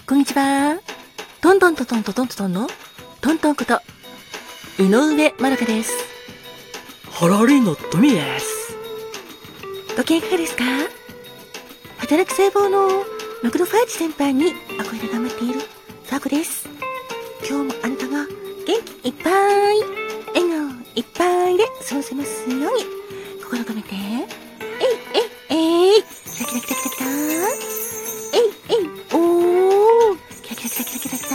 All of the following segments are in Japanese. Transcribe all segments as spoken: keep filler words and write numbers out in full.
こんにちは。トントントントントントントンのトントンこと井上まどかです。 ハラリのトミです。 ご機嫌いかがですか？働く細胞のマクロファージ先輩に憧れ頑張っているファコです。今日もあなたが元気いっぱい、笑顔いっぱいで過ごせますように心込めて、えいえいえい、キラキラキラキラキラ、えいえい、おー、キラキラキラキラキラキラ、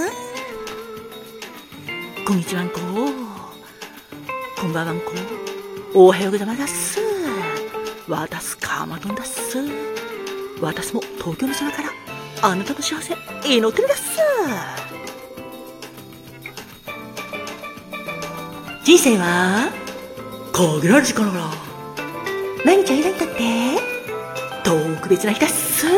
こんにちはんこ、こんばんはんこ、おはようございます。わたすかまどんだっす。私も東京の空からあなたの幸せ祈ってるだっす。人生は限られる時間だから毎日間にとって特別な日だっす。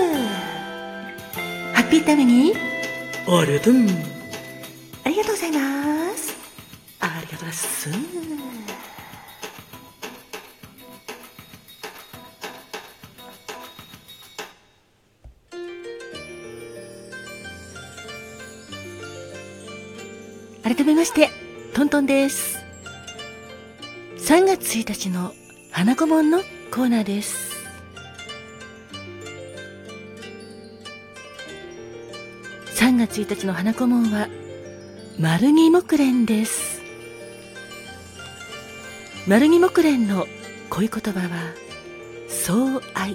ハッピータイムにありがとうありがとうございます。ありがとうだっす。改めましてトントンです。さんがつついたちの花子門のコーナーです。さんがつついたちの花子門は丸木木蓮です。丸木木蓮の恋言葉は相愛。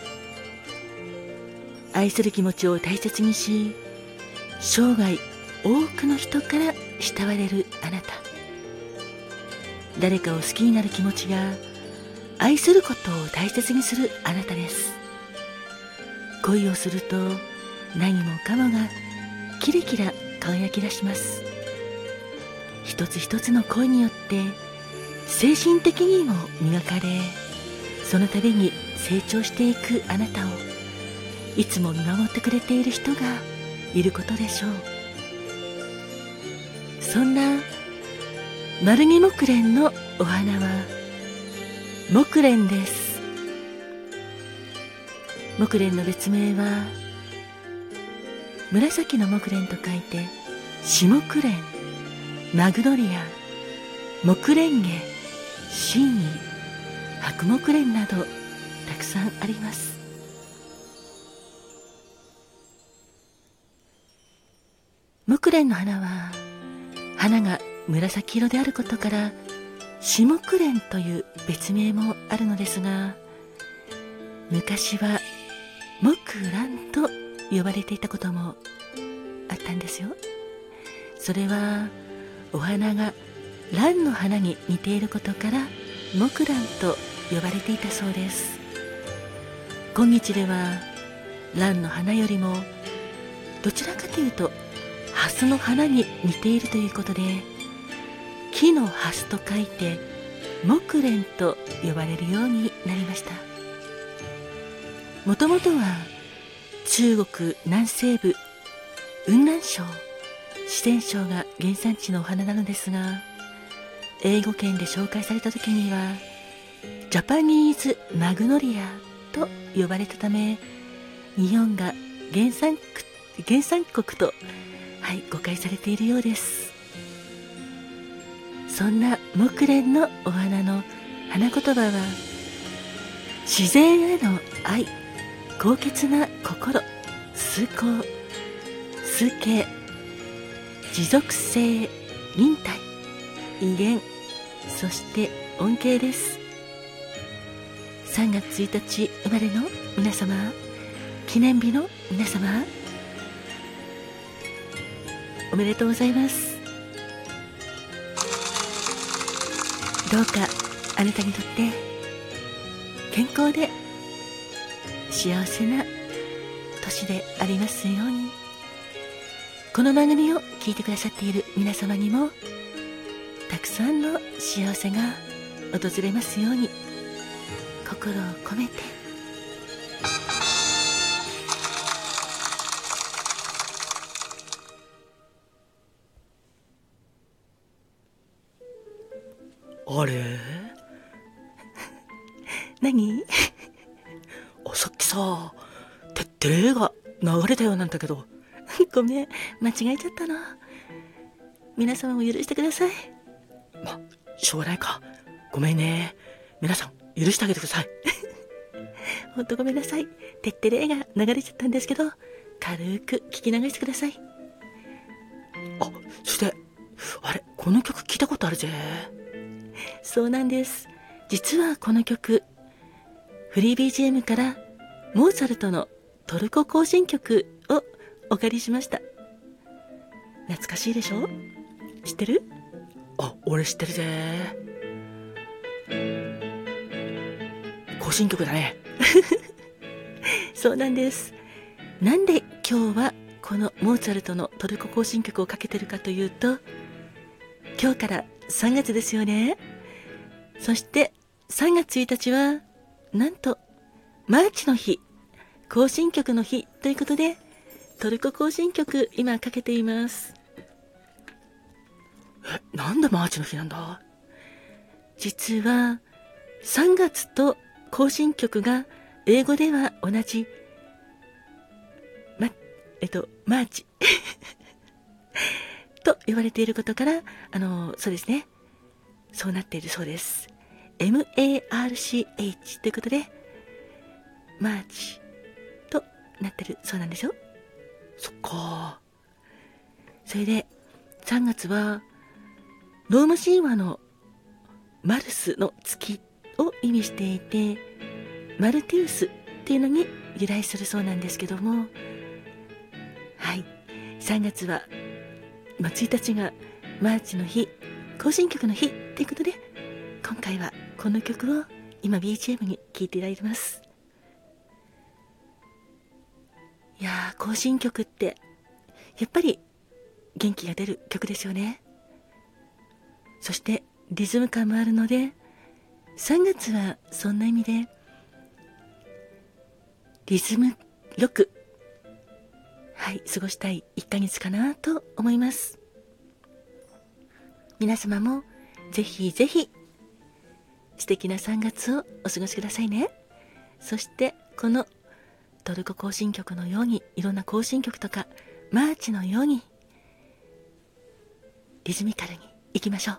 愛する気持ちを大切にし、生涯多くの人から慕われるあなた。誰かを好きになる気持ちが愛することを大切にするあなたです。恋をすると何もかもがキラキラ輝き出します。一つ一つの恋によって精神的にも磨かれ、その度に成長していくあなたをいつも見守ってくれている人がいることでしょう。そんな丸木木蓮のお花は木蓮です。木蓮の別名は紫の木蓮と書いて紫木蓮、マグノリア、木蓮華、真意、白木蓮などたくさんあります。木蓮の花は花が紫色であることから紫木蓮という別名もあるのですが、昔は木蘭と呼ばれていたこともあったんですよ。それはお花が蘭の花に似ていることから木蘭と呼ばれていたそうです。今日では蘭の花よりもどちらかというとハスの花に似ているということで、木のハスと書いて木蓮と呼ばれるようになりました。もともとは中国南西部雲南省四川省が原産地のお花なのですが、英語圏で紹介された時にはジャパニーズマグノリアと呼ばれたため、日本が原産原産国と、はい、誤解されているようです。そんな木蓮のお花の花言葉は自然への愛、高潔な心、崇高、崇敬、持続性、忍耐、威厳、そして恩恵です。さんがつついたち生まれの皆様、記念日の皆様、おめでとうございます。どうかあなたにとって健康で幸せな年でありますように。この番組を聞いてくださっている皆様にもたくさんの幸せが訪れますように心を込めて。 あれ何？ あ、さっきさ、てってれが流れたようなんだけど、 ごめん、間違えちゃったの。皆様も許してください。 ま、しょうがないか。ごめんね。皆さん、許してあげてください。 ほんとごめんなさい。てってれーが流れちゃったんですけど、軽く聞き流してください。 あ、そして、あれ、この曲聞いたことあるぜ。 そうなんです。実はこの曲、フリー ビージーエム からモーツァルトのトルコ行進曲をお借りしました。懐かしいでしょ？知ってる？ あ、俺知ってるぜ。行進曲だね。 そうなんです。なんで今日はこのモーツァルトのトルコ行進曲をかけてるかというと、今日からさんがつですよね。そしてさんがつついたちはなんとマーチの日、行進曲の日ということで、トルコ行進曲今かけています。 え、なんでマーチの日なんだ？ 実はさんがつと行進曲が英語では同じ、ま、えっと、マーチと呼ばれていることから、あの、そうですね。そうなっているそうです。エムエーアールシーエイチ ということで、マーチとなってるそうなんですよ。 そっか。 それで、さんがつは、ローマ神話のマルスの月を意味していて、マルティウスっていうのに由来するそうなんですけども、はい、さんがつは、まあ、ついたちがマーチの日、行進曲の日ということで、今回はこの曲を今 ビージーエム に聴いていただいてます。いやー、行進曲ってやっぱり元気が出る曲ですよね。そしてリズム感もあるので、さんがつはそんな意味でリズムよく、はい、過ごしたいいっかげつかなと思います。皆様もぜひぜひ素敵なさんがつをお過ごしくださいね。そしてこのトルコ行進曲のように、いろんな行進曲とかマーチのようにリズミカルにいきましょう。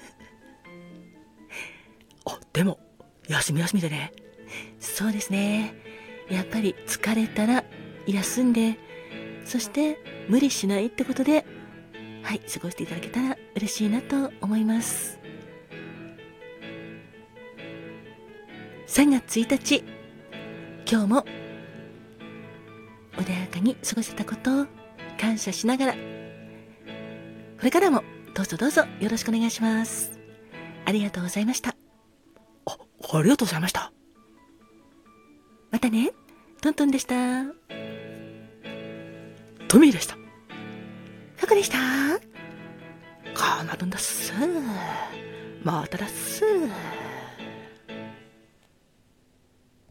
あ、でも休み休みでね。 そうですね。やっぱり疲れたら休んで、そして無理しないってことで、はい、過ごしていただけたら嬉しいなと思います。さんがつついたち、今日も穏やかに過ごせたことを感謝しながら、これからもどうぞどうぞよろしくお願いします。ありがとうございました。 あ、ありがとうございました。 またね。トントンでした。 トミーでした。 フクでした。 カーナブンだっす。まただっす。